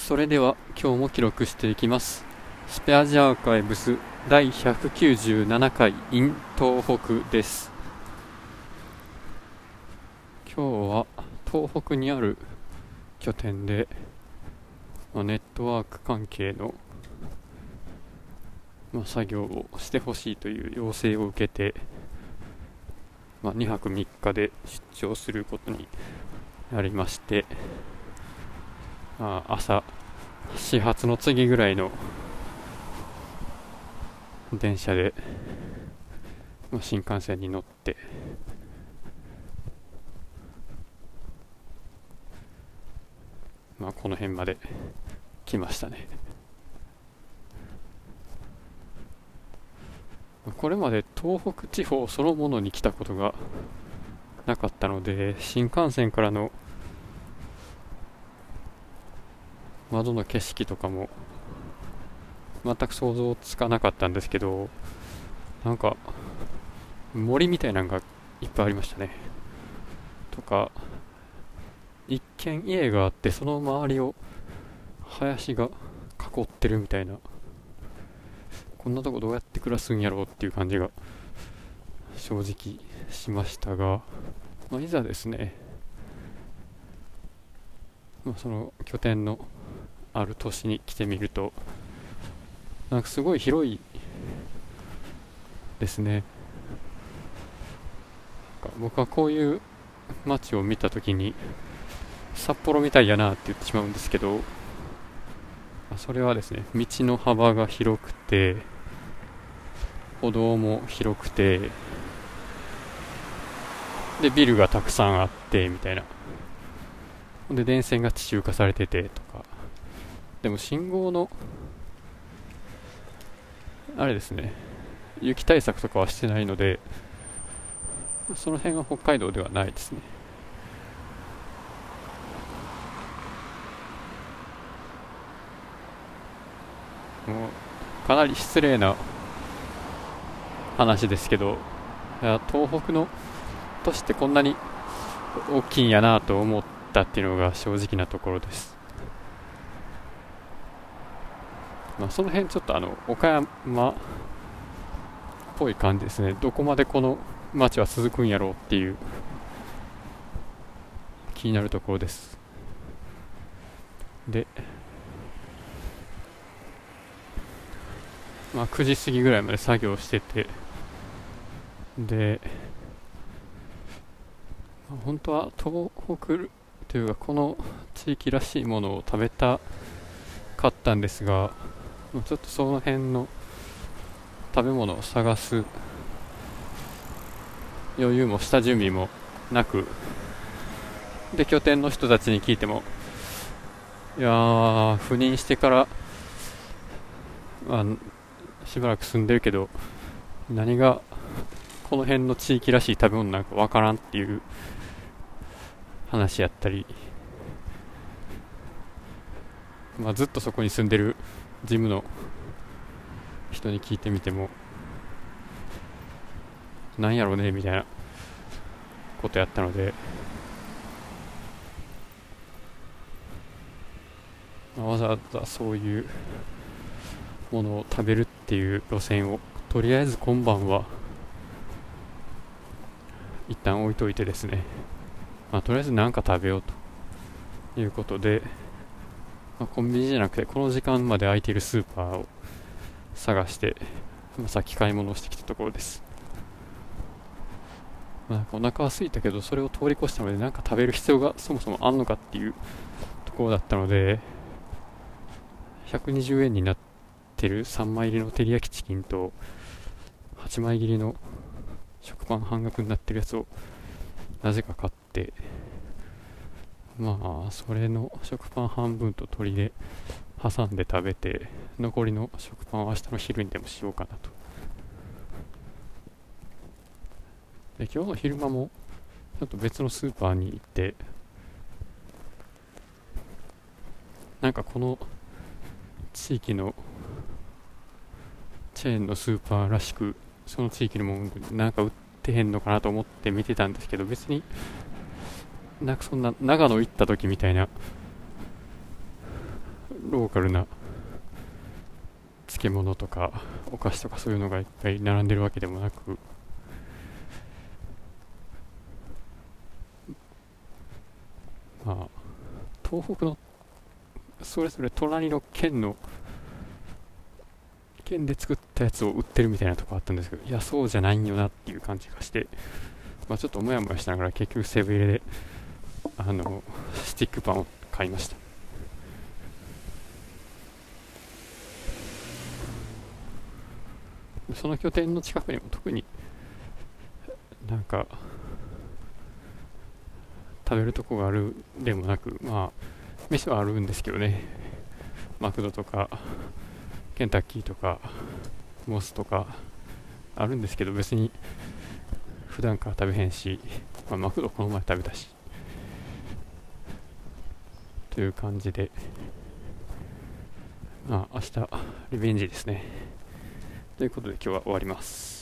それでは今日も記録していきます。スペアジアーカイブス第197回 in 東北です。今日は東北にある拠点で、ネットワーク関係の、作業をしてほしいという要請を受けて、2泊3日で出張することになりまして、朝始発の次ぐらいの電車で、新幹線に乗って、この辺まで来ましたね。これまで東北地方そのものに来たことがなかったので、新幹線からの窓の景色とかも全く想像つかなかったんですけど、なんか森みたいなのがいっぱいありましたね。とか、一軒家があってその周りを林が囲ってるみたいな、こんなとこどうやって暮らすんやろうっていう感じが正直しましたが、いざですね、その拠点のある都市に来てみると、なんかすごい広いですね。僕はこういう街を見たときに札幌みたいやなって言ってしまうんですけど、それはですね、道の幅が広くて、歩道も広くて、でビルがたくさんあってみたいな、で電線が地中化されててとか、でも信号のあれですね、雪対策とかはしてないので、その辺は北海道ではないですね。もうかなり失礼な話ですけど、東北の都市ってこんなに大きいんやなと思ったっていうのが正直なところです。その辺ちょっと岡山っぽい感じですね。どこまでこの街は続くんやろうっていう気になるところです。で、9時過ぎぐらいまで作業してて、で、本当は東北というかこの地域らしいものを食べたかったんですが、ちょっとその辺の食べ物を探す余裕も下準備もなく、で拠点の人たちに聞いても、いやー、赴任してからしばらく住んでるけど、何がこの辺の地域らしい食べ物なんかわからんっていう話やったり、ずっとそこに住んでる事務の人に聞いてみても、なんやろうねみたいなことやったので、わざわざそういうものを食べるっていう路線をとりあえず今晩は一旦置いといてですね、とりあえず何か食べようということで、コンビニじゃなくてこの時間まで空いているスーパーを探して、さっき買い物をしてきたところです。お腹は空いたけど、それを通り越したので何か食べる必要がそもそもあんのかっていうところだったので、120円になってる3枚入りの照り焼きチキンと8枚切りの食パン半額になってるやつをなぜか買って、それの食パン半分と鶏で挟んで食べて、残りの食パンは明日の昼にでもしようかなと。で今日の昼間もちょっと別のスーパーに行って、なんかこの地域のチェーンのスーパーらしく、その地域のものなんか売ってへんのかなと思って見てたんですけど、別になんかそんな長野行った時みたいなローカルな漬物とかお菓子とかそういうのがいっぱい並んでるわけでもなく、まあ東北のそれぞれ隣の県で作ったやつを売ってるみたいなとこあったんですけど、いやそうじゃないんよなっていう感じがして、ちょっとモヤモヤしながら結局セブン入れでスティックパンを買いました。その拠点の近くにも特になんか食べるとこがあるでもなく、飯はあるんですけどね。マクドとかケンタッキーとかモスとかあるんですけど、別に普段から食べへんし、マクドこの前食べたしという感じで、明日リベンジですね。ということで今日は終わります。